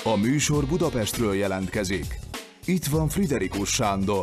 A műsor Budapestről jelentkezik. Itt van Friderikus Sándor.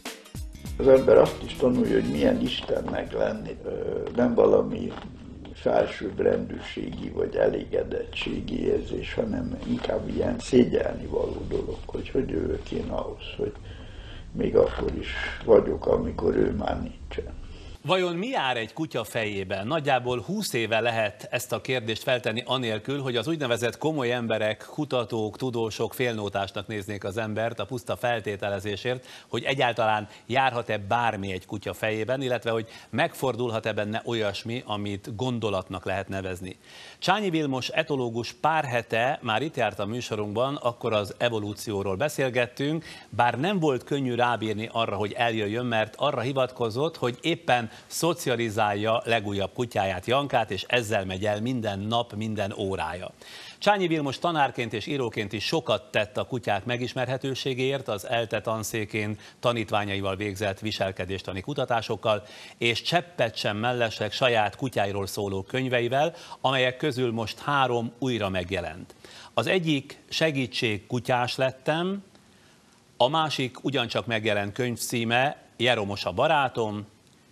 Az ember azt is tanulja, hogy milyen Istennek lenni, nem valami felsőbb rendűségi vagy elégedettségi érzés, hanem inkább ilyen szégyelni való dolog, hogy jövök én ahhoz, hogy még akkor is vagyok, amikor ő már nincsen. Vajon mi jár egy kutya fejében? Nagyjából 20 éve lehet ezt a kérdést feltenni anélkül, hogy az úgynevezett komoly emberek, kutatók, tudósok félnótásnak néznék az embert a puszta feltételezésért, hogy egyáltalán járhat-e bármi egy kutya fejében, illetve hogy megfordulhat-e benne olyasmi, amit gondolatnak lehet nevezni. Csányi Vilmos etológus pár hete már itt járt a műsorunkban, akkor az evolúcióról beszélgettünk, bár nem volt könnyű rábírni arra, hogy eljöjjön, mert arra hivatkozott, hogy éppen szocializálja legújabb kutyáját, Jankát, és ezzel megy el minden nap, minden órája. Csányi Vilmos tanárként és íróként is sokat tett a kutyák megismerhetőségéért, az ELTE tanszékén tanítványaival végzett viselkedéstani kutatásokkal, és cseppet sem mellesleg saját kutyáiról szóló könyveivel, amelyek közül most 3 újra megjelent. Az egyik Segítség, kutyás lettem, a másik ugyancsak megjelent könyv címe Jeromos a barátom,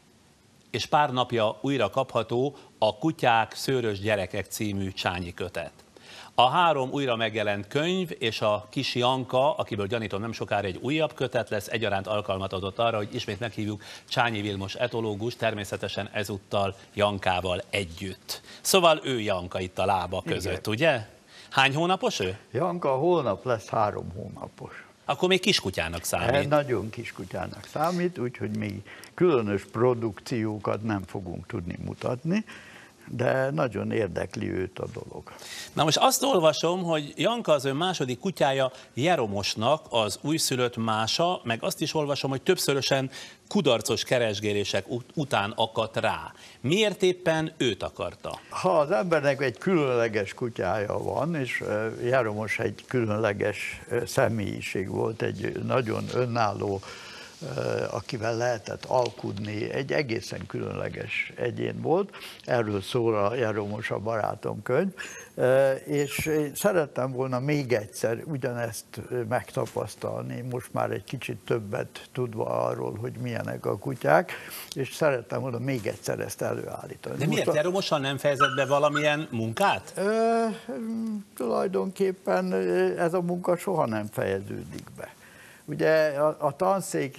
és pár napja újra kapható a Kutyák, szőrös gyerekek című Csányi kötet. A 3 újra megjelent könyv és a kis Janka, akiből gyanítom nem sokára egy újabb kötet lesz, egyaránt alkalmat adott arra, hogy ismét meghívjuk Csányi Vilmos etológus, természetesen ezúttal Jankával együtt. Szóval ő Janka itt a lába között, igen. Ugye? Hány hónapos ő? Janka holnap lesz 3 hónapos. Akkor még kiskutyának számít. Nagyon kiskutyának számít, úgyhogy még különös produkciókat nem fogunk tudni mutatni, de nagyon érdekli őt a dolog. Na most azt olvasom, hogy Janka az ön második kutyája Jeromosnak az újszülött mása, meg azt is olvasom, hogy többszörösen kudarcos keresgélések után akadt rá. Miért éppen őt akarta? Ha az embernek egy különleges kutyája van, és Jeromos egy különleges személyiség volt, egy nagyon önálló, akivel lehetett alkudni, egy egészen különleges egyén volt. Erről szól a Jeromos a barátom könyv, és én szerettem volna még egyszer ugyanezt megtapasztalni, most már egy kicsit többet tudva arról, hogy milyenek a kutyák, és szerettem volna még egyszer ezt előállítani. De miért Jeromossal nem fejezett be valamilyen munkát? Tulajdonképpen ez a munka soha nem fejeződik be. Ugye a tanszék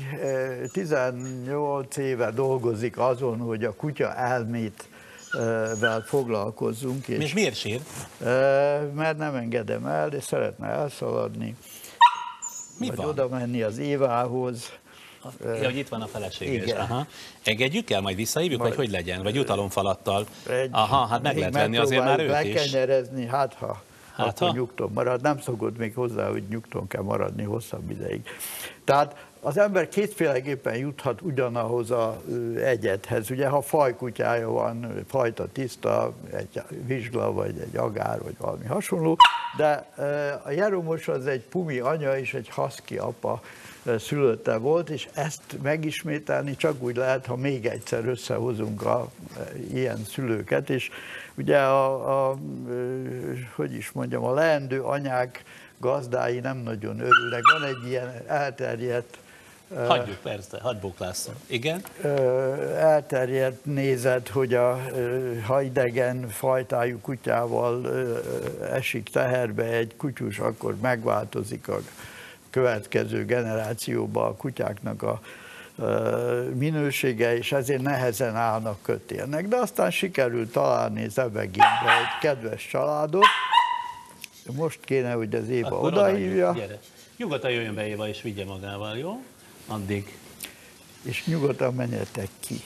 18 éve dolgozik azon, hogy a kutya elmétvel foglalkozzunk. És miért sír? Mert nem engedem el, és szeretne elszaladni. Mi vagy van? oda menni az Évához. Ja, hogy itt van a felesége is. Aha. Engedjük el, majd visszahívjuk, vagy hogy legyen? Vagy jutalomfalattal? Aha, hát meg lehet venni azért már őt is. Bekenyerezni, akkor nyugton marad, nem szokott még hozzá, hogy nyugton kell maradni hosszabb ideig. Tehát az ember kétféleképpen juthat ugyanahoz az egyedhez. Ugye, ha fajkutyája van, fajta tiszta, egy vizsla, vagy egy agár, vagy valami hasonló, de a Jeromos az egy pumi anya és egy husky apa szülötte volt, és ezt megismételni csak úgy lehet, ha még egyszer összehozunk ilyen szülőket, és ugye hogy is mondjam, a leendő anyák gazdái nem nagyon örülnek. Van egy ilyen elterjedt... Hagyjuk, persze, hadd bóklásszon. Igen? Elterjedt nézet, hogy ha idegen fajtájú kutyával esik teherbe egy kutyus, akkor megváltozik a következő generációban a kutyáknak a minősége, és ezért nehezen állnak kötélnek. De aztán sikerült találni Zebeginbe egy kedves családot. Most kéne, hogy az Éva odahívja. Nyugodtan jöjjön be Éva, és vigye magával, jó? Addig. És nyugodtan menjetek ki.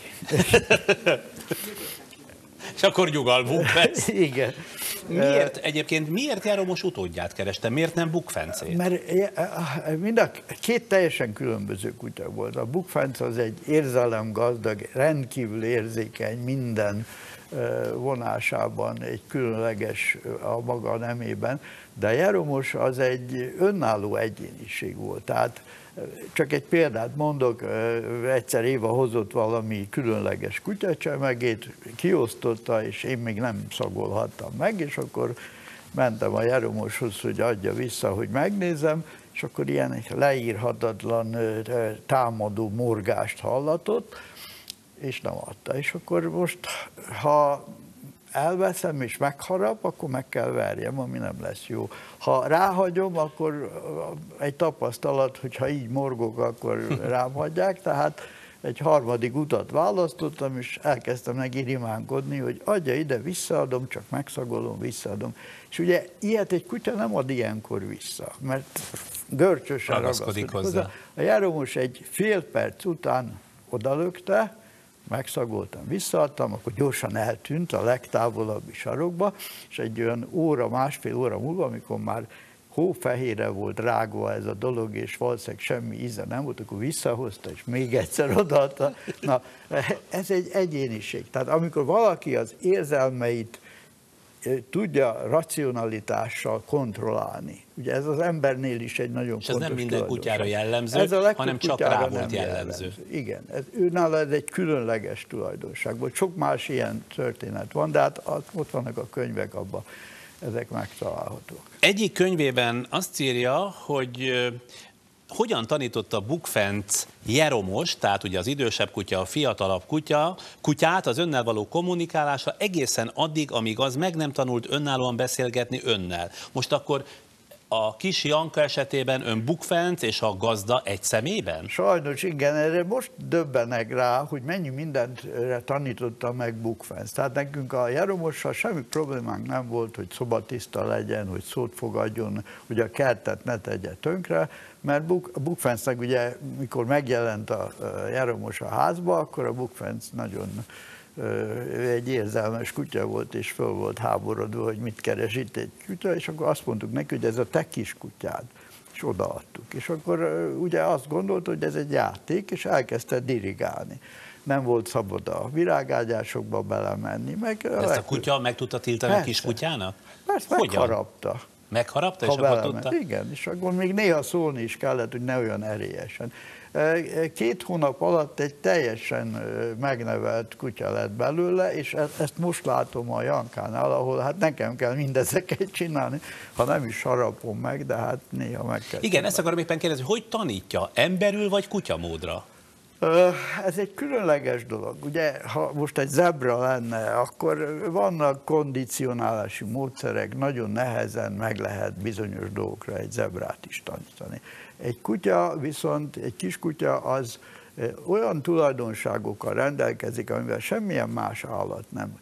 És akkor nyugalmunk lesz. Igen. Miért Jeromos utódját kereste? Miért nem Bukfencét? Mert mind a két teljesen különböző kutya volt. A Bukfenc az egy érzelemgazdag, rendkívül érzékeny, minden vonásában egy különleges a maga nemében, de Jeromos az egy önálló egyéniség volt. Tehát csak egy példát mondok, egyszer Éva hozott valami különleges kutyacsemegét, kiosztotta, és én még nem szagolhattam meg, és akkor mentem a Jeromoshoz, hogy adja vissza, hogy megnézem, és akkor ilyen leírhatatlan támadó morgást hallatott, és nem adta. És akkor most, ha elveszem és megharap, akkor meg kell verjem, ami nem lesz jó. Ha ráhagyom, akkor egy tapasztalat, hogy ha így morgok, akkor rám hagyják, tehát egy harmadik utat választottam, és elkezdtem neki rimánkodni, hogy adja ide, visszaadom, csak megszagolom, visszaadom. És ugye ilyet egy kutya nem ad ilyenkor vissza, mert görcsösen ragaszkodik hozzá. A Jeromos egy fél perc után odalökte, megszagoltam, visszaadtam, akkor gyorsan eltűnt a legtávolabbi sarokba, és egy olyan óra, másfél óra múlva, amikor már hófehérre volt rágva ez a dolog, és valószínűleg semmi íze nem volt, akkor visszahozta, és még egyszer odaadta. Na, ez egy egyéniség. Tehát amikor valaki az érzelmeit tudja racionalitással kontrollálni. Ugye ez az embernél is egy nagyon fontos. És ez nem minden kutyára jellemző, hanem csak rá volt jellemző. Igen, őnála ez egy különleges tulajdonság volt. Sok más ilyen történet van, de hát ott vannak a könyvek, abban ezek megtalálhatók. Egyik könyvében azt írja, hogy hogyan tanította Bukfenc Jeromos, tehát ugye az idősebb kutya, a fiatalabb kutyát az önnel való kommunikálásra egészen addig, amíg az meg nem tanult önállóan beszélgetni önnel. Most akkor a kis Janka esetében ön Bukfenc és a gazda egy személyben? Sajnos igen, erre most döbbenek rá, hogy mennyi mindentre tanította meg Bukfenc. Tehát nekünk a Jeromossal semmi problémánk nem volt, hogy szobatiszta legyen, hogy szót fogadjon, hogy a kertet ne tegye tönkre, mert Bukfencnek ugye, mikor megjelent a Jeromos a házba, akkor a Bukfenc nagyon egy érzelmes kutya volt, és föl volt háborodva, hogy mit keres itt egy kutya, és akkor azt mondtuk neki, hogy ez a te kis kutyád, és odaadtuk. És akkor ugye azt gondolt, hogy ez egy játék, és elkezdte dirigálni. Nem volt szabad a virágágyásokba belemenni. Ezt a kutya meg tudta tiltani a kis kutyának? Persze, megharapta. Megharapta, és akkor tudta? Igen, és akkor még néha szólni is kellett, hogy ne olyan erélyesen. 2 hónap alatt egy teljesen megnevelt kutya lett belőle, és ezt most látom a Jankánál, ahol hát nekem kell mindezeket csinálni, ha nem is harapom meg, de hát néha meg kell. Igen, ezt akarom éppen kérdezni, hogy tanítja, emberül vagy kutyamódra? Ez egy különleges dolog. Ugye, ha most egy zebra lenne, akkor vannak kondicionálási módszerek, nagyon nehezen meg lehet bizonyos dolgokra egy zebrát is tanítani. Egy kutya viszont, egy kiskutya az olyan tulajdonságokkal rendelkezik, amivel semmilyen más állat nem.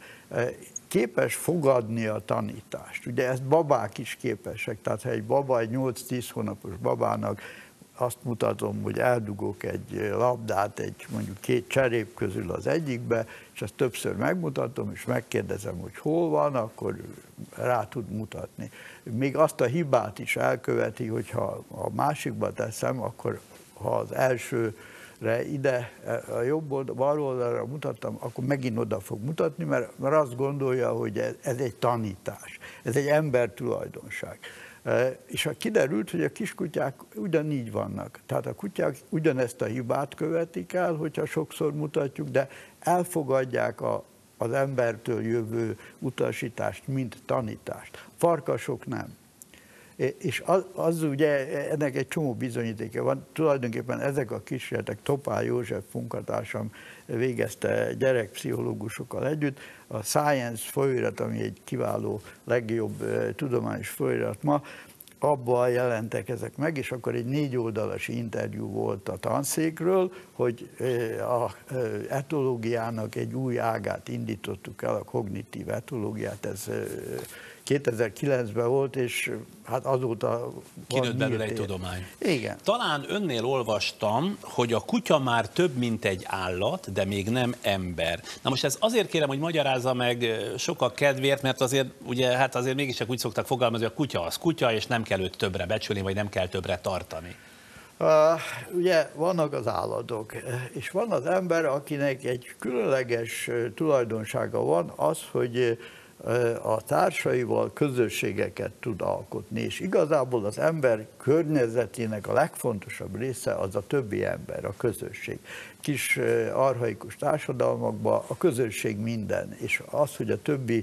Képes fogadni a tanítást. Ugye ezt babák is képesek, tehát ha egy baba, egy 8-10 hónapos babának azt mutatom, hogy eldugok egy labdát mondjuk 2 cserép közül az egyikbe, és ezt többször megmutatom, és megkérdezem, hogy hol van, akkor rá tud mutatni. Még azt a hibát is elköveti, hogyha a másikba teszem, akkor ha az elsőre ide, a bal oldalra mutattam, akkor megint oda fog mutatni, mert azt gondolja, hogy ez egy tanítás, ez egy ember tulajdonság. És kiderült, hogy a kiskutyák ugyanígy vannak. Tehát a kutyák ugyanezt a hibát követik el, hogyha sokszor mutatjuk, de elfogadják az embertől jövő utasítást, mint tanítást. Farkasok nem. És az ugye, ennek egy csomó bizonyítéka van. Tulajdonképpen ezek a kísérletek, Topál József munkatársam végezte gyerekpszichológusokkal együtt. A Science folyóirat, ami egy kiváló, legjobb tudományos folyóirat ma, abban jelentek ezek meg, és akkor egy 4 oldalas interjú volt a tanszékről, hogy a etológiának egy új ágát indítottuk el, a kognitív etológiát, ez 2009-ben volt, és hát azóta kinőtt belőle egy tudomány. Igen. Talán önnél olvastam, hogy a kutya már több, mint egy állat, de még nem ember. Na most ez azért kérem, hogy magyarázza meg sokak kedvéért, mert azért, ugye, hát azért mégiscsak úgy szoktak fogalmazni, hogy a kutya az kutya, és nem kell őt többre becsülni, vagy nem kell többre tartani. Ugye vannak az állatok, és van az ember, akinek egy különleges tulajdonsága van, az, hogy a társaival közösségeket tud alkotni, és igazából az ember környezetének a legfontosabb része az a többi ember, a közösség. Kis archaikus társadalmakban a közösség minden, és az, hogy a többi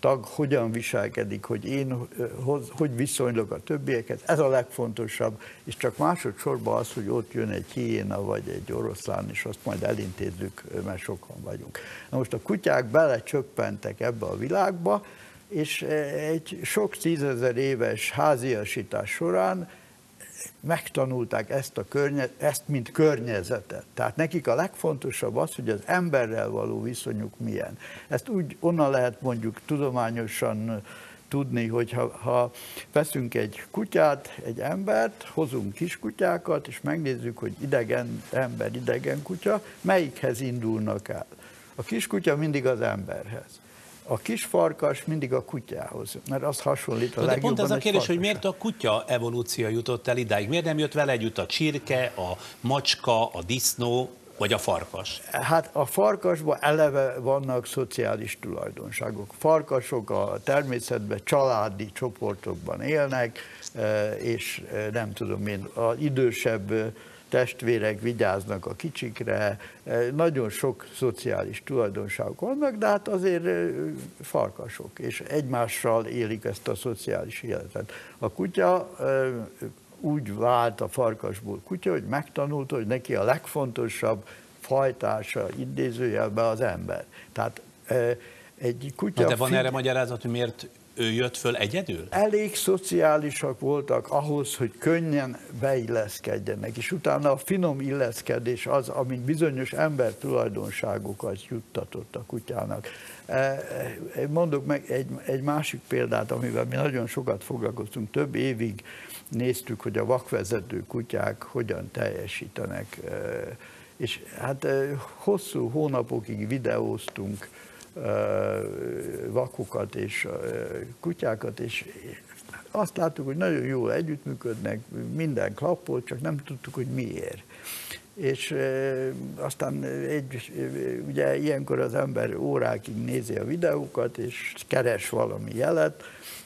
tag hogyan viselkedik, hogy én hogy viszonylok a többiekhez, ez a legfontosabb, és csak másodszorban az, hogy ott jön egy hiéna vagy egy oroszlán, és azt majd elintézzük, mert sokan vagyunk. Na most a kutyák belecsöppentek ebbe a világba, és egy sok tízezer éves háziasítás során megtanulták ezt mint környezetet. Tehát nekik a legfontosabb az, hogy az emberrel való viszonyuk milyen. Ezt úgy onnan lehet mondjuk tudományosan tudni, hogy ha veszünk egy kutyát, egy embert, hozunk kiskutyákat, és megnézzük, hogy idegen ember, idegen kutya, melyikhez indulnak el. A kiskutya mindig az emberhez. A kis farkas mindig a kutyához, mert az hasonlít a legjobban. De pont ez a kérdés, hogy miért a kutya evolúció jutott el idáig? Miért nem jött vele együtt a csirke, a macska, a disznó, vagy a farkas? Hát a farkasban eleve vannak szociális tulajdonságok. Farkasok a természetben családi csoportokban élnek, és nem tudom én, az idősebb testvérek vigyáznak a kicsikre, nagyon sok szociális tulajdonságok vannak, de hát azért farkasok, és egymással élik ezt a szociális életet. A kutya úgy vált a farkasból kutya, hogy megtanulta, hogy neki a legfontosabb fajtása idézőjelben az ember. Tehát egy kutya... De van erre magyarázat, hogy miért ő jött föl egyedül? Elég szociálisak voltak ahhoz, hogy könnyen beilleszkedjenek, és utána a finom illeszkedés az, ami bizonyos ember tulajdonságokat juttatott a kutyának. Mondok meg egy másik példát, amivel mi nagyon sokat foglalkoztunk, több évig néztük, hogy a vakvezető kutyák hogyan teljesítenek, és hát hosszú hónapokig videóztunk vakokat és kutyákat, és azt láttuk, hogy nagyon jól együttműködnek, minden klappolt, csak nem tudtuk, hogy miért. És aztán ugye ilyenkor az ember órákig nézi a videókat, és keres valami jelet,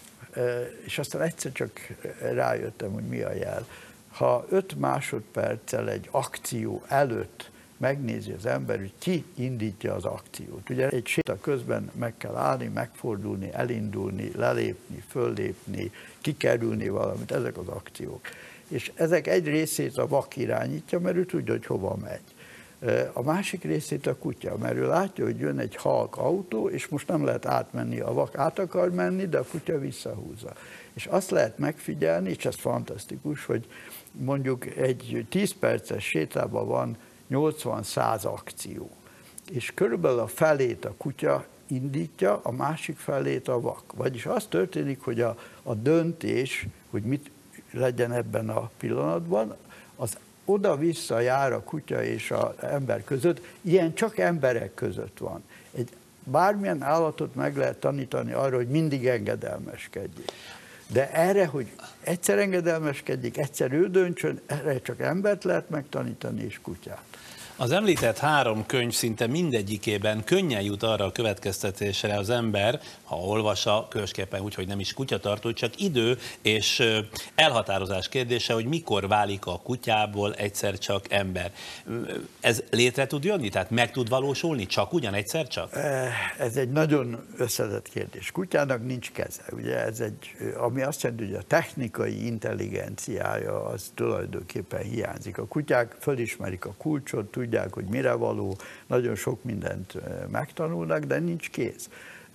és aztán egyszer csak rájöttem, hogy mi a jel. Ha 5 másodperccel egy akció előtt megnézi az ember, hogy ki indítja az akciót. Ugye egy séta közben meg kell állni, megfordulni, elindulni, lelépni, föllépni, kikerülni valamit, ezek az akciók. És ezek egy részét a vak irányítja, mert ő tudja, hogy hova megy. A másik részét a kutya, mert ő látja, hogy jön egy halk autó, és most nem lehet átmenni, a vak át akar menni, de a kutya visszahúzza. És azt lehet megfigyelni, és ez fantasztikus, hogy mondjuk egy 10 perces sétában van 80-100 akció, és körülbelül a felét a kutya indítja, a másik felét a vak. Vagyis az történik, hogy a döntés, hogy mit legyen ebben a pillanatban, az oda-vissza jár a kutya és az ember között, ilyen csak emberek között van. Bármilyen állatot meg lehet tanítani arra, hogy mindig engedelmeskedjék. De erre, hogy egyszer engedelmeskedjék, egyszer ő döntsön, erre csak embert lehet megtanítani, és kutyát. Az említett 3 könyv szinte mindegyikében könnyen jut arra a következtetésre az ember, ha olvassa, különösképpen úgy, hogy nem is kutyatartó, csak idő és elhatározás kérdése, hogy mikor válik a kutyából egyszer csak ember. Ez létre tud jönni? Tehát meg tud valósulni? Csak ugyan egyszer csak? Ez egy nagyon összetett kérdés. Kutyának nincs keze. Ugye ami azt jelenti, hogy a technikai intelligenciája az tulajdonképpen hiányzik. A kutyák fölismerik a kulcsot, tudják, hogy mire való, nagyon sok mindent megtanulnak, de nincs kéz.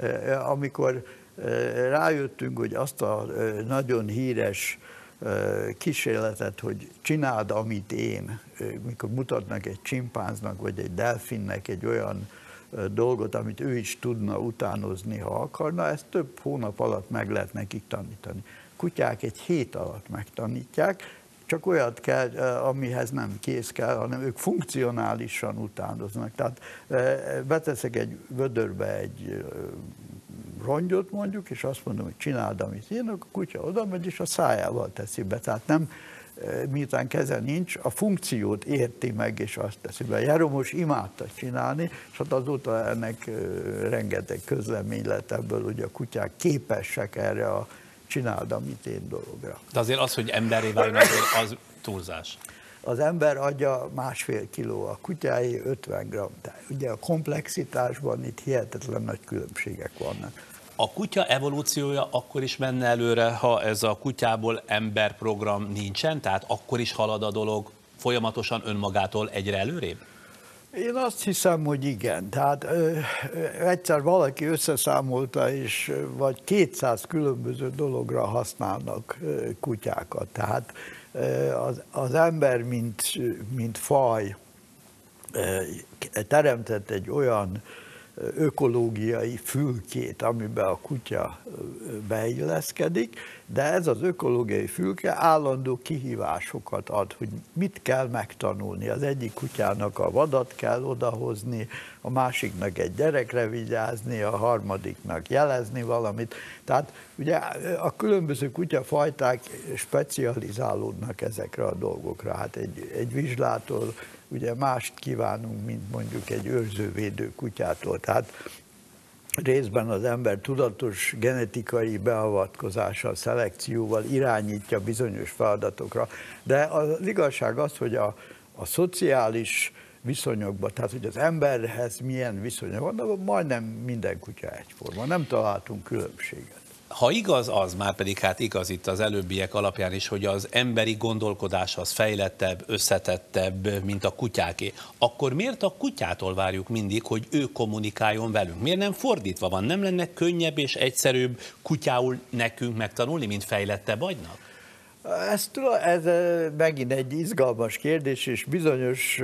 Amikor rájöttünk, hogy azt a nagyon híres kísérletet, hogy csináld, amit én, mikor mutatnak egy csimpánznak, vagy egy delfinnek egy olyan dolgot, amit ő is tudna utánozni, ha akarna, ezt több hónap alatt meg lehet nekik tanítani. Kutyák egy hét alatt megtanítják, csak olyat kell, amihez nem kéz kell, hanem ők funkcionálisan utánoznak. Tehát beteszek egy vödörbe egy rongyot mondjuk, és azt mondom, hogy csináld, amit én, a kutya oda megy, és a szájával teszi be. Tehát nem, miután keze nincs, a funkciót érti meg, és azt teszi be. Jeromos imádta csinálni, és hát azóta ennek rengeteg közlemény lett ebből, hogy a kutyák képesek erre a csináld, amit én dologra. De azért az, hogy emberré váljon, az túlzás. Az ember agya 1,5 kiló, a kutyáé 50 g. Ugye a komplexitásban itt hihetetlen nagy különbségek vannak. A kutya evolúciója akkor is menne előre, ha ez a kutyából ember program nincsen, tehát akkor is halad a dolog folyamatosan önmagától egyre előrébb? Én azt hiszem, hogy igen. Tehát egyszer valaki összeszámolta, és vagy 200 különböző dologra használnak kutyákat. Tehát az ember, mint faj teremtett egy olyan ökológiai fülkét, amiben a kutya beilleszkedik, de ez az ökológiai fülke állandó kihívásokat ad, hogy mit kell megtanulni. Az egyik kutyának a vadat kell odahozni, a másiknak egy gyerekre vigyázni, a harmadiknak jelezni valamit. Tehát ugye a különböző kutyafajták specializálódnak ezekre a dolgokra. Hát egy vizslától ugye mást kívánunk, mint mondjuk egy őrzővédő kutyától. Tehát részben az ember tudatos genetikai beavatkozással, szelekcióval irányítja bizonyos feladatokra, de az igazság az, hogy a szociális viszonyokban, tehát hogy az emberhez milyen viszonya van, majdnem minden kutya egyforma, nem találtunk különbséget. Ha igaz az, már pedig hát igaz itt az előbbiek alapján is, hogy az emberi gondolkodás az fejlettebb, összetettebb, mint a kutyáké, akkor miért a kutyától várjuk mindig, hogy ő kommunikáljon velünk? Miért nem fordítva van? Nem lenne könnyebb és egyszerűbb kutyául nekünk megtanulni, mint fejlettebb agynak? Ez megint egy izgalmas kérdés, és bizonyos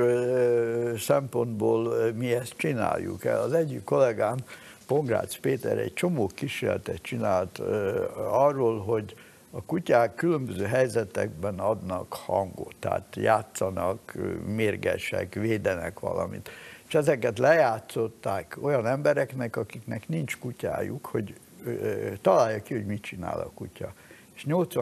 szempontból mi ezt csináljuk. Az egyik kollégám, Pongrácz Péter egy csomó kísérletet csinált arról, hogy a kutyák különböző helyzetekben adnak hangot, tehát játszanak, mérgesek, védenek valamit. És ezeket lejátszották olyan embereknek, akiknek nincs kutyájuk, hogy találják ki, hogy mit csinál a kutya. És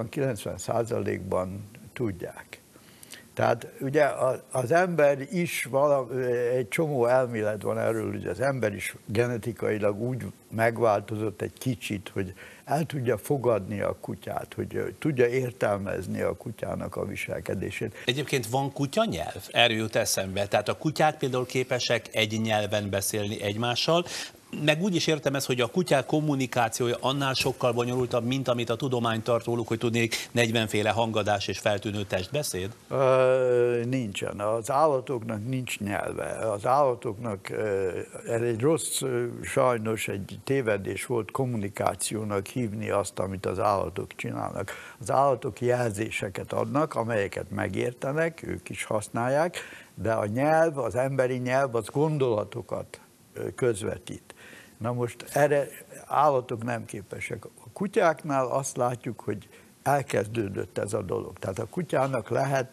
80-90%-ban tudják. Tehát ugye az ember is, egy csomó elmélet van erről, hogy az ember is genetikailag úgy megváltozott egy kicsit, hogy el tudja fogadni a kutyát, hogy tudja értelmezni a kutyának a viselkedését. Egyébként van kutyanyelv? Erről jut eszembe. Tehát a kutyák például képesek egy nyelven beszélni egymással, meg úgy is értem ezt, hogy a kutyák kommunikációja annál sokkal bonyolultabb, mint amit a tudomány tart róluk, hogy tudnék 40 féle hangadás és feltűnő testbeszéd? Nincsen. Az állatoknak nincs nyelve. Az állatoknak, ez egy rossz, sajnos egy tévedés volt kommunikációnak hívni azt, amit az állatok csinálnak. Az állatok jelzéseket adnak, amelyeket megértenek, ők is használják, de a nyelv, az emberi nyelv, az gondolatokat közvetít. Na most erre állatok nem képesek. A kutyáknál azt látjuk, hogy elkezdődött ez a dolog. Tehát a kutyának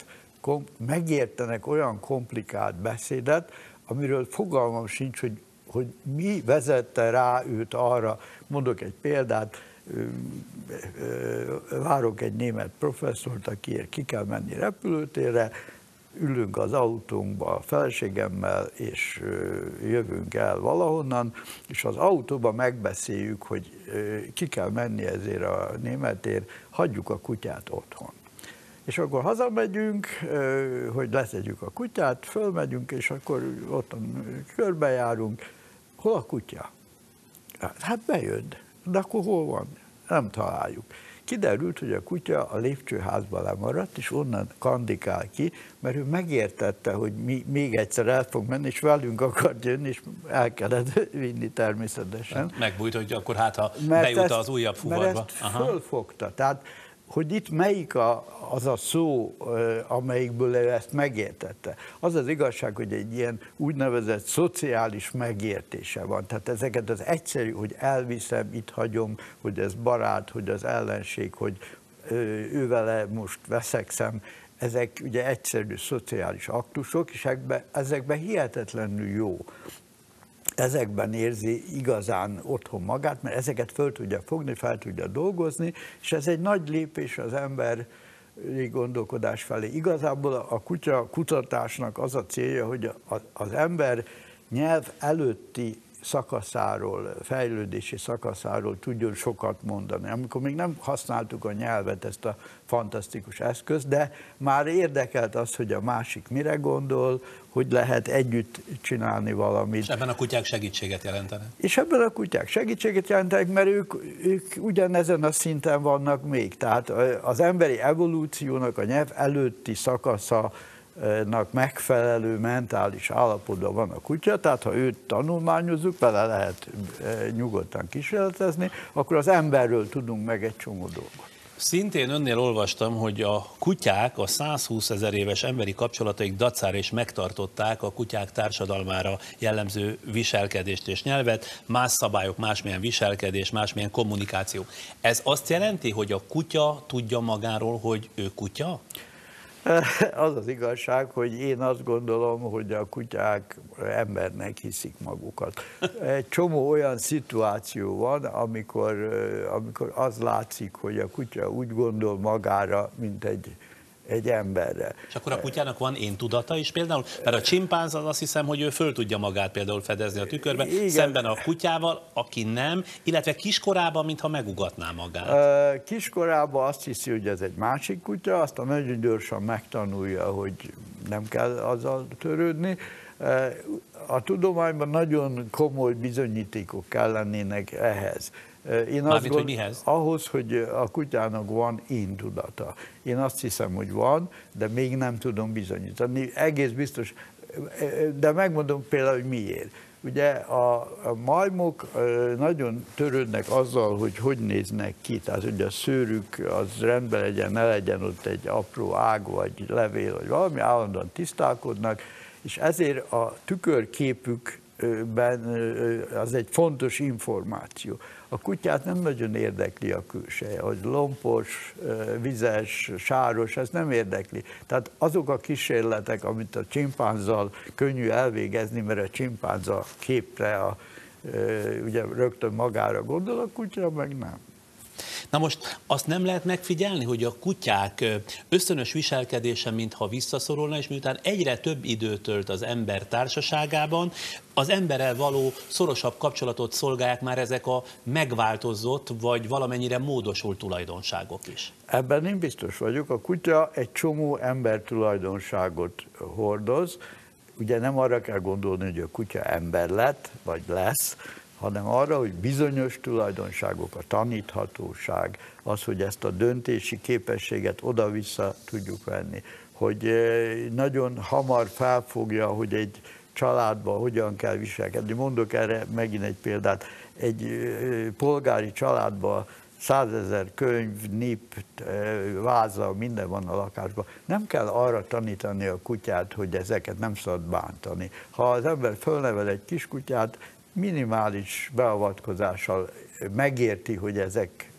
megértenek olyan komplikált beszédet, amiről fogalmam sincs, hogy mi vezette rá őt arra. Mondok egy példát, várok egy német professzort, akiért ki kell menni repülőtérre, ülünk az autónkba a feleségemmel, és jövünk el valahonnan, és az autóban megbeszéljük, hogy ki kell menni ezért a németért, hagyjuk a kutyát otthon. És akkor hazamegyünk, hogy leszedjük a kutyát, fölmegyünk, és akkor otthon körbejárunk. Hol a kutya? Hát bejön, de akkor hol van? Nem találjuk. Kiderült, hogy a kutya a lépcsőházba lemaradt, és onnan kandikál ki, mert ő megértette, hogy még egyszer el fog menni, és velünk akart jönni, és el kellett vinni természetesen. Megbújt, hogy akkor hát, ha bejut az újabb fuvarba. Mert ezt fölfogta. Tehát, hogy itt melyik az a szó, amelyikből ő ezt megértette. Az az igazság, hogy egy ilyen úgynevezett szociális megértése van. Tehát ezeket az egyszerű, hogy elviszem, itt hagyom, hogy ez barát, hogy az ellenség, hogy ővele most veszekszem, ezek ugye egyszerű szociális aktusok, és ezekben hihetetlenül jó. Ezekben érzi igazán otthon magát, mert ezeket föl tudja fogni, fel tudja dolgozni, és ez egy nagy lépés az emberi gondolkodás felé. Igazából a kutya kutatásnak az a célja, hogy az ember nyelv előtti szakaszáról, fejlődési szakaszáról tudjon sokat mondani. Amikor még nem használtuk a nyelvet, ezt a fantasztikus eszközt, de már érdekelt az, hogy a másik mire gondol, hogy lehet együtt csinálni valamit. És ebben a kutyák segítséget jelentenek. És ebben a kutyák segítséget jelentenek, mert ők ugyanezen a szinten vannak még. Tehát az emberi evolúciónak a nyelv előtti szakasza megfelelő mentális állapotban van a kutya, tehát ha őt tanulmányozzuk, vele lehet nyugodtan kísérletezni, akkor az emberről tudunk meg egy csomó dolgot. Szintén önnél olvastam, hogy a kutyák a 120 000 éves emberi kapcsolataik dacára is megtartották a kutyák társadalmára jellemző viselkedést és nyelvet, más szabályok, másmilyen viselkedés, másmilyen kommunikáció. Ez azt jelenti, hogy a kutya tudja magáról, hogy ő kutya? Az az igazság, hogy én azt gondolom, hogy a kutyák embernek hiszik magukat. Egy csomó olyan szituáció van, amikor az látszik, hogy a kutya úgy gondol magára, mint egy emberre. És akkor a kutyának van én tudata is például? Mert a csimpánz az azt hiszem, hogy ő föl tudja magát például fedezni a tükörbe, igen, szemben a kutyával, aki nem, illetve kiskorában, mintha megugatná magát. Kiskorában azt hiszi, hogy ez egy másik kutya, aztán nagyon gyorsan megtanulja, hogy nem kell azzal törődni. A tudományban nagyon komoly bizonyítékok kell lennének ehhez. Mármint, hogy mihez? Ahhoz, hogy a kutyának van én tudata. Én azt hiszem, hogy van, de még nem tudom bizonyítani. Egész biztos, de megmondom például, hogy miért. Ugye a majmok nagyon törődnek azzal, hogy néznek ki, tehát hogy a szőrük az rendben legyen, ne legyen ott egy apró ág, vagy levél, vagy valami, állandóan tisztálkodnak, és ezért a tükörképükben az egy fontos információ. A kutyát nem nagyon érdekli a külseje, hogy lompos, vizes, sáros, ez nem érdekli. Tehát azok a kísérletek, amit a csimpánzzal könnyű elvégezni, mert a csimpánza képre ugye rögtön magára gondol, a kutya meg nem. Na most azt nem lehet megfigyelni, hogy a kutyák ösztönös viselkedése mintha visszaszorulna, és miután egyre több időt tölt az ember társaságában, az emberrel való szorosabb kapcsolatot szolgálják már ezek a megváltozott, vagy valamennyire módosult tulajdonságok is. Ebben én biztos vagyok, a kutya egy csomó ember tulajdonságot hordoz, ugye nem arra kell gondolni, hogy a kutya ember lett, vagy lesz, hanem arra, hogy bizonyos tulajdonságok, a taníthatóság, az, hogy ezt a döntési képességet oda-vissza tudjuk venni, hogy nagyon hamar felfogja, hogy egy családban hogyan kell viselkedni. Mondok erre megint egy példát. Egy polgári családban 100 000 könyv, nip, váza, minden van a lakásban. Nem kell arra tanítani a kutyát, hogy ezeket nem szabad bántani. Ha az ember fölnevel egy kiskutyát, minimális beavatkozással megérti, hogy ezek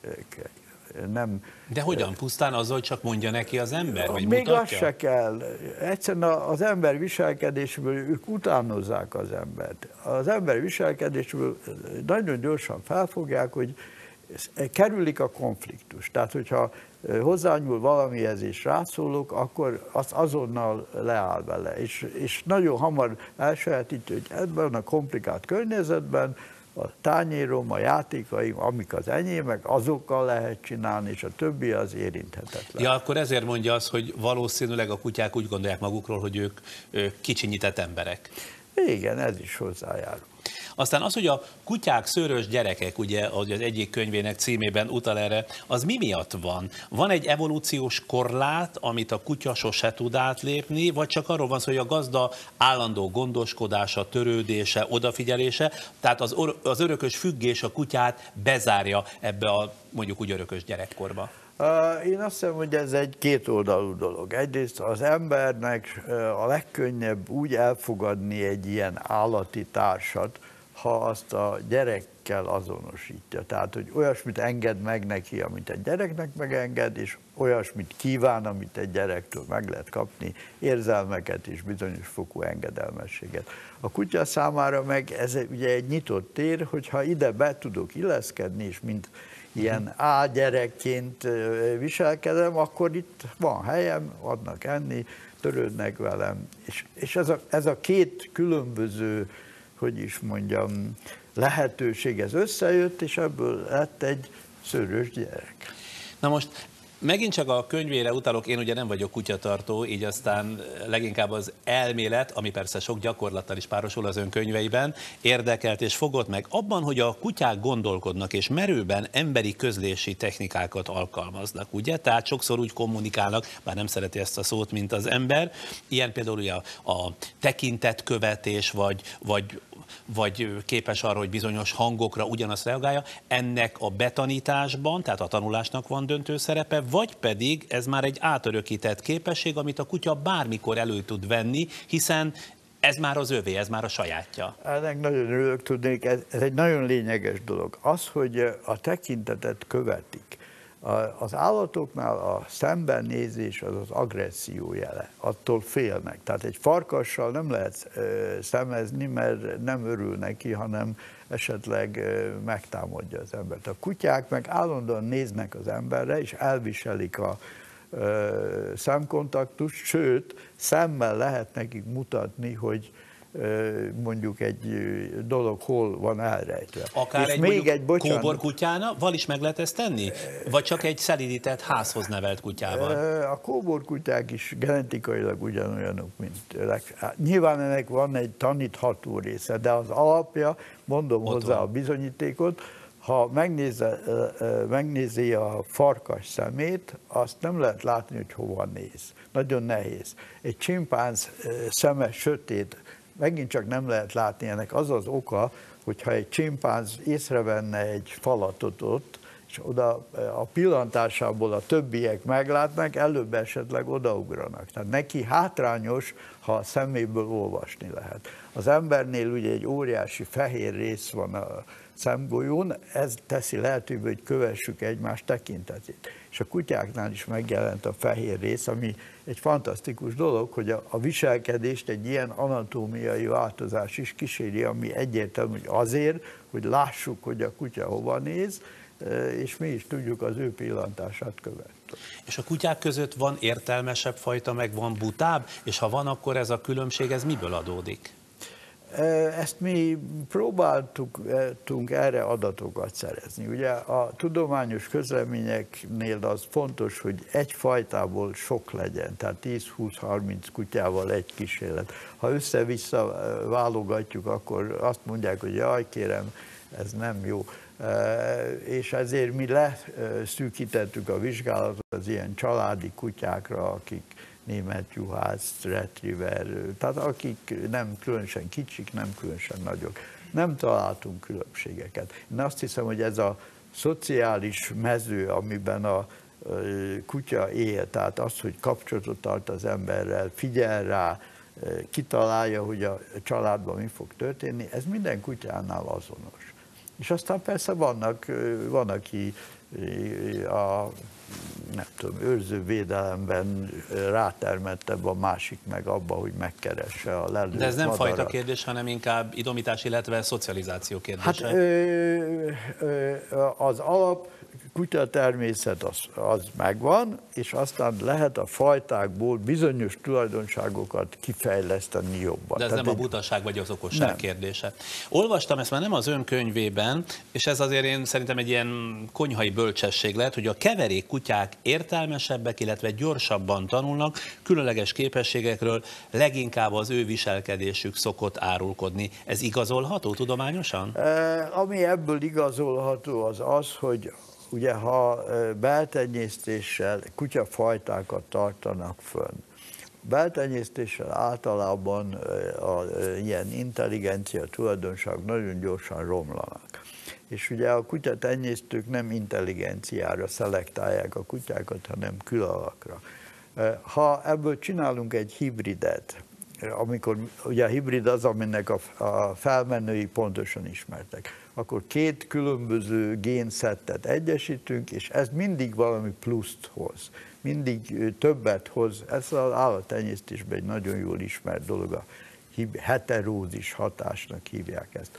nem... De hogyan? Pusztán azzal csak mondja neki az ember? Vagy még mutatja? Az se kell. Egyszerűen az ember viselkedésből ők utánozzák az embert. Az ember viselkedésből nagyon gyorsan felfogják, hogy kerülik a konfliktus. Tehát, hogyha hozzányúl valamihez és rászólok, akkor az azonnal leáll vele. És nagyon hamar elsajátítja, hogy ebben a komplikált környezetben a tányérom, a játékaim, amik az enyémek, azokkal lehet csinálni, és a többi az érinthetetlen. Ja, akkor ezért mondja azt, hogy valószínűleg a kutyák úgy gondolják magukról, hogy ők kicsinyített emberek. Igen, ez is hozzájárul. Aztán az, hogy a kutyák szőrös gyerekek, ugye, ahogy az egyik könyvének címében utal erre, az mi miatt van? Van egy evolúciós korlát, amit a kutya sose tud átlépni, vagy csak arról van szó, hogy a gazda állandó gondoskodása, törődése, odafigyelése, tehát az örökös függés a kutyát bezárja ebbe a mondjuk úgy örökös gyerekkorba? Én azt hiszem, hogy ez egy kétoldalú dolog. Egyrészt az embernek a legkönnyebb úgy elfogadni egy ilyen állati társat, ha azt a gyerekkel azonosítja. Tehát, hogy olyasmit enged meg neki, amit egy gyereknek megenged, és olyasmit kíván, amit egy gyerektől meg lehet kapni, érzelmeket és bizonyos fokú engedelmességet. A kutya számára meg ez ugye egy nyitott tér, hogyha ide be tudok illeszkedni, és mint ilyen gyerekként viselkedem, akkor itt van helyem, adnak enni, törődnek velem. És ez a két különböző, hogy is mondjam, lehetőség, ez összejött, és ebből lett egy szőrös gyerek. Na most megint csak a könyvére utalok, én ugye nem vagyok kutyatartó, így aztán leginkább az elmélet, ami persze sok gyakorlattal is párosul az ön könyveiben, érdekelt és fogott meg abban, hogy a kutyák gondolkodnak és merőben emberi közlési technikákat alkalmaznak, ugye? Tehát sokszor úgy kommunikálnak, bár nem szereti ezt a szót, mint az ember. Ilyen például ugye a tekintetkövetés, vagy képes arra, hogy bizonyos hangokra ugyanazt reagálja, ennek a betanításban, tehát a tanulásnak van döntő szerepe, vagy pedig ez már egy átörökített képesség, amit a kutya bármikor elő tud venni, hiszen ez már az övé, ez már a sajátja. Ennek nagyon örülök, tudnék, ez egy nagyon lényeges dolog. Az, hogy a tekintetet követik, az állatoknál a szembennézés az agresszió jele, attól félnek. Tehát egy farkassal nem lehet szemezni, mert nem örül neki, hanem esetleg megtámadja az embert. A kutyák meg állandóan néznek az emberre, és elviselik a szemkontaktust, sőt, szemmel lehet nekik mutatni, hogy mondjuk egy dolog hol van elrejtve. Akár és egy kóborkutyával is meg lehet ezt tenni? Vagy csak egy szelídített házhoz nevelt kutyával? A kóborkutyák is genetikailag ugyanolyanok, mint nyilván ennek van egy tanítható része, de az alapja, mondom hozzá a bizonyítékot, ha megnézi a farkas szemét, azt nem lehet látni, hogy hova néz. Nagyon nehéz. Egy csimpánz szeme sötét, megint csak nem lehet látni, ennek az az oka, hogyha egy csimpánz észrevenne egy falatot ott, és oda a pillantásából a többiek meglátnak, előbb esetleg odaugranak. Tehát neki hátrányos, ha a szeméből olvasni lehet. Az embernél ugye egy óriási fehér rész van a szemgolyón, ez teszi lehetővé, hogy kövessük egymás tekintetét. És a kutyáknál is megjelent a fehér rész, ami egy fantasztikus dolog, hogy a viselkedést egy ilyen anatómiai változás is kíséri, ami egyértelmű, hogy azért, hogy lássuk, hogy a kutya hova néz, és mi is tudjuk az ő pillantását követni. És a kutyák között van értelmesebb fajta, meg van butább, és ha van, akkor ez a különbség, ez miből adódik? Ezt mi próbáltunk erre adatokat szerezni. Ugye a tudományos közleményeknél az fontos, hogy egy fajtából sok legyen, tehát 10-20-30 kutyával egy kísérlet. Ha össze-vissza válogatjuk, akkor azt mondják, hogy jaj, kérem, ez nem jó. És ezért mi leszűkítettük a vizsgálatot az ilyen családi kutyákra, akik német juhász, retriever, tehát akik nem különösen kicsik, nem különösen nagyok. Nem találtunk különbségeket. Én azt hiszem, hogy ez a szociális mező, amiben a kutya él, tehát az, hogy kapcsolatot tart az emberrel, figyel rá, kitalálja, hogy a családban mi fog történni, ez minden kutyánál azonos. És aztán persze van aki a nem tudom, őrzővédelemben rátermettebb, a másik meg abba, hogy megkeresse a lelőtt De ez nem madarat. fajta kérdés, hanem inkább idomítás, illetve szocializáció kérdése. Hát az alap kutyatermészet az megvan, és aztán lehet a fajtákból bizonyos tulajdonságokat kifejleszteni jobban. De ez nem a butaság vagy az okosság kérdése. Olvastam ezt már nem az ön könyvében, és ez azért én szerintem egy ilyen konyhai bölcsesség lehet, hogy a keverék kutyák értelmesebbek, illetve gyorsabban tanulnak, különleges képességekről leginkább az ő viselkedésük szokott árulkodni. Ez igazolható tudományosan? Ami ebből igazolható az, hogy ugye, ha beltenyésztéssel kutyafajtákat tartanak fönn, beltenyésztéssel általában ilyen intelligencia tulajdonságok nagyon gyorsan romlanak. És ugye a kutyatenyésztők nem intelligenciára szelektálják a kutyákat, hanem külalakra. Ha ebből csinálunk egy hibridet, amikor ugye a hibrid az, aminek a felmenői pontosan ismertek, akkor két különböző génszettet egyesítünk, és ez mindig valami pluszt hoz, mindig többet hoz. Ez az állattenyésztésben egy nagyon jól ismert dolog, a heterózis hatásnak hívják ezt.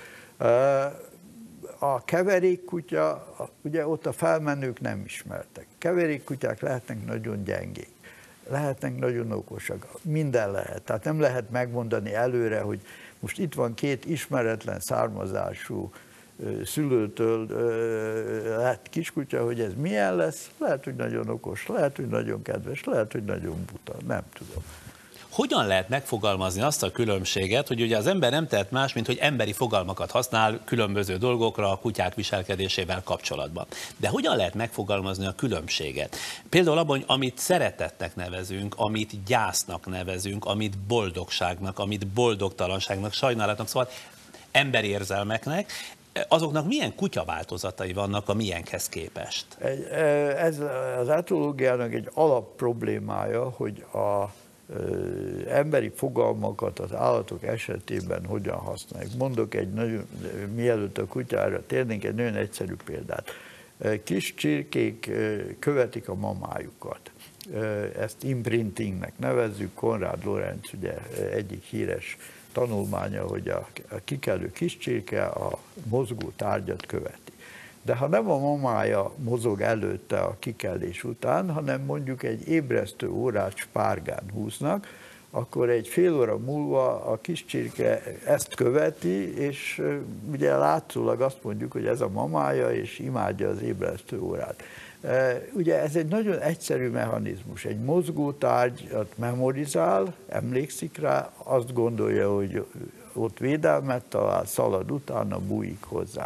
A keverékkutya, ugye ott a felmenők nem ismertek. Keverékkutyák lehetnek nagyon gyengék, lehetnek nagyon okosak, minden lehet. Tehát nem lehet megmondani előre, hogy Most itt van két ismeretlen származású szülőtől lett kiskutya, hogy ez milyen lesz, lehet, hogy nagyon okos, lehet, hogy nagyon kedves, lehet, hogy nagyon buta, nem tudom. Hogyan lehet megfogalmazni azt a különbséget, hogy ugye az ember nem tehet más, mint hogy emberi fogalmakat használ különböző dolgokra a kutyák viselkedésével kapcsolatban. De hogyan lehet megfogalmazni a különbséget? Például abban, hogy amit szeretetnek nevezünk, amit gyásznak nevezünk, amit boldogságnak, amit boldogtalanságnak, sajnálatnak, szóval emberi érzelmeknek, azoknak milyen kutyaváltozatai vannak a miénkhez képest? Ez az etológiának egy alap problémája, hogy az emberi fogalmakat az állatok esetében hogyan használják. Mondok egy nagyon, mielőtt a kutyára térnénk, egy nagyon egyszerű példát. Kis csirkék követik a mamájukat. Ezt imprintingnek nevezzük. Konrád Lorenz ugye egyik híres tanulmánya, hogy a kikelő kis csirke a mozgó tárgyat követi. De ha nem a mamája mozog előtte a kikelés után, hanem mondjuk egy ébresztő órát spárgán húznak, akkor egy fél óra múlva a kis csirke ezt követi, és ugye látszólag azt mondjuk, hogy ez a mamája, és imádja az ébresztő órát. Ugye ez egy nagyon egyszerű mechanizmus. Egy mozgó tárgyat memorizál, emlékszik rá, azt gondolja, hogy ott védelmet talál, szalad utána, bújik hozzá.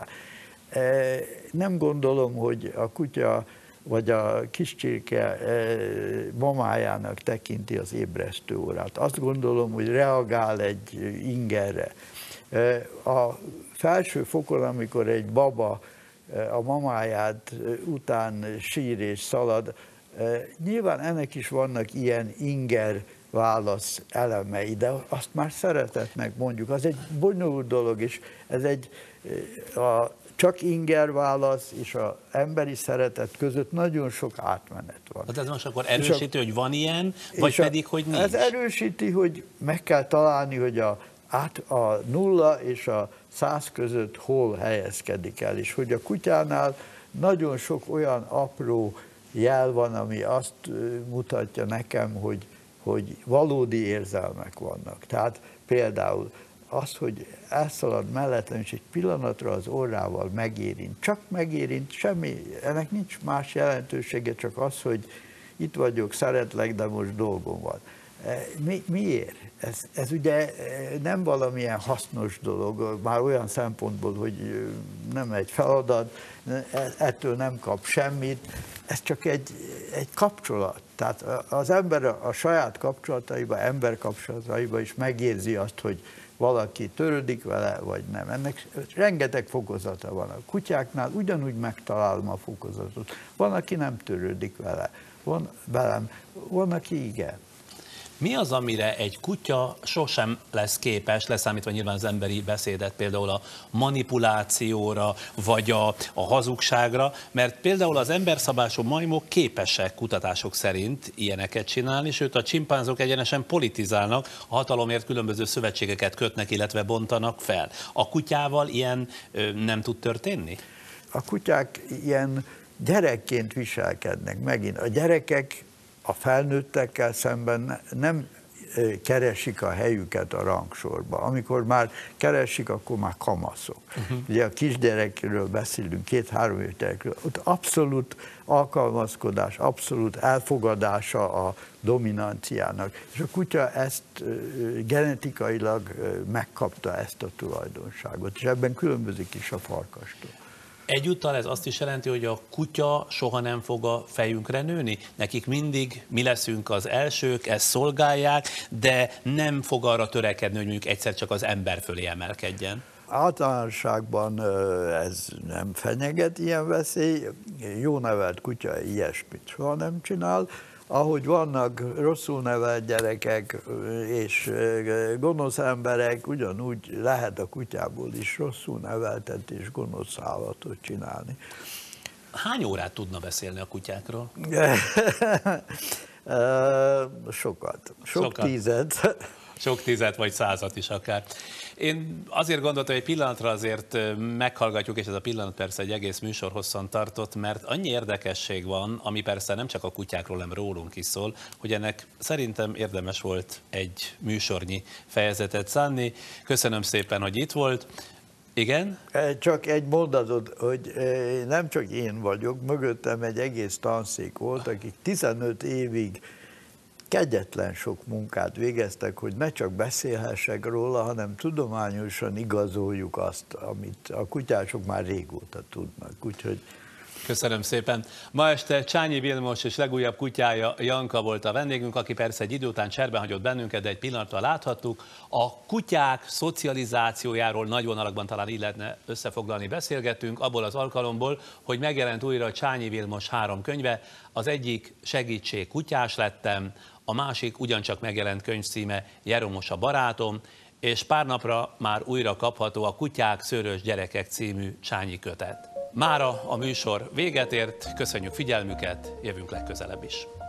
Nem gondolom, hogy a kutya vagy a kis csirke mamájának tekinti az ébresztő órát. Azt gondolom, hogy reagál egy ingerre. A felső fokon, amikor egy baba a mamáját után sír és szalad, nyilván ennek is vannak ilyen inger válasz elemei, de azt már szeretetnek mondjuk. Az egy bonyolult dolog, és ez egy csak inger válasz és az emberi szeretet között nagyon sok átmenet van. Hát ez most akkor erősíti, hogy van ilyen, vagy pedig, hogy nincs? Ez erősíti, hogy meg kell találni, hogy a 0 és a 100 között hol helyezkedik el, és hogy a kutyánál nagyon sok olyan apró jel van, ami azt mutatja nekem, hogy valódi érzelmek vannak. Tehát például az, hogy elszalad mellettem, és egy pillanatra az orrával megérint. Csak megérint, semmi, ennek nincs más jelentősége, csak az, hogy itt vagyok, szeretlek, de most dolgom van. Miért? Ez ugye nem valamilyen hasznos dolog, már olyan szempontból, hogy nem egy feladat, ettől nem kap semmit, ez csak egy kapcsolat. Tehát az ember a saját kapcsolataiban, emberkapcsolataiban is megérzi azt, hogy valaki törődik vele, vagy nem. Ennek rengeteg fokozata van. A kutyáknál ugyanúgy megtalálom a fokozatot. Van, aki nem törődik vele, van, aki igen. Mi az, amire egy kutya sosem lesz képes, leszámítva nyilván az emberi beszédet, például a manipulációra, vagy a hazugságra, mert például az emberszabású majmok képesek kutatások szerint ilyeneket csinálni, sőt a csimpánzok egyenesen politizálnak, a hatalomért különböző szövetségeket kötnek, illetve bontanak fel. A kutyával ilyen nem tud történni? A kutyák ilyen gyerekként viselkednek megint. A gyerekek a felnőttekkel szemben nem keresik a helyüket a rangsorba. Amikor már keresik, akkor már kamaszok. Ugye a kisgyerekről beszélünk, 2-3 éves gyerekről, ott abszolút alkalmazkodás, abszolút elfogadása a dominanciának. És a kutya ezt genetikailag megkapta, ezt a tulajdonságot, és ebben különbözik is a farkastól. Egyúttal ez azt is jelenti, hogy a kutya soha nem fog a fejünkre nőni? Nekik mindig mi leszünk az elsők, ezt szolgálják, de nem fog arra törekedni, hogy mondjuk egyszer csak az ember fölé emelkedjen. Általánosságban ez nem fenyeget ilyen veszély. Jó nevelt kutya ilyesmit soha nem csinál. Ahogy vannak rosszul nevelt gyerekek és gonosz emberek, ugyanúgy lehet a kutyából is rosszul neveltet és gonosz állatot csinálni. Hány órát tudna beszélni a kutyákról? Sokat. Sok tízet. Sok tízet vagy százat is akár. Én azért gondoltam, hogy egy pillanatra azért meghallgatjuk, és ez a pillanat persze egy egész műsor hosszan tartott, mert annyi érdekesség van, ami persze nem csak a kutyákról, hanem rólunk is szól, hogy ennek szerintem érdemes volt egy műsornyi fejezetet szánni. Köszönöm szépen, hogy itt volt. Igen? Csak egy mondatot, hogy nem csak én vagyok, mögöttem egy egész tanszék volt, akik 15 évig kegyetlen sok munkát végeztek, hogy ne csak beszélhessek róla, hanem tudományosan igazoljuk azt, amit a kutyások már régóta tudnak. Úgyhogy köszönöm szépen. Ma este Csányi Vilmos és legújabb kutyája Janka volt a vendégünk, aki persze egy idő után cserben hagyott bennünket, de egy pillanatra láthattuk. A kutyák szocializációjáról nagy vonalakban talán így lehetne összefoglalni beszélgettünk, abból az alkalomból, hogy megjelent újra Csányi Vilmos 3 könyve. Az egyik Segítség, kutyás lettem, a másik ugyancsak megjelent könyv címe Jeromos a barátom, és pár napra már újra kapható a Kutyák, szőrös gyerekek című Csányi kötet. Mára a műsor véget ért, köszönjük figyelmüket, jövünk legközelebb is.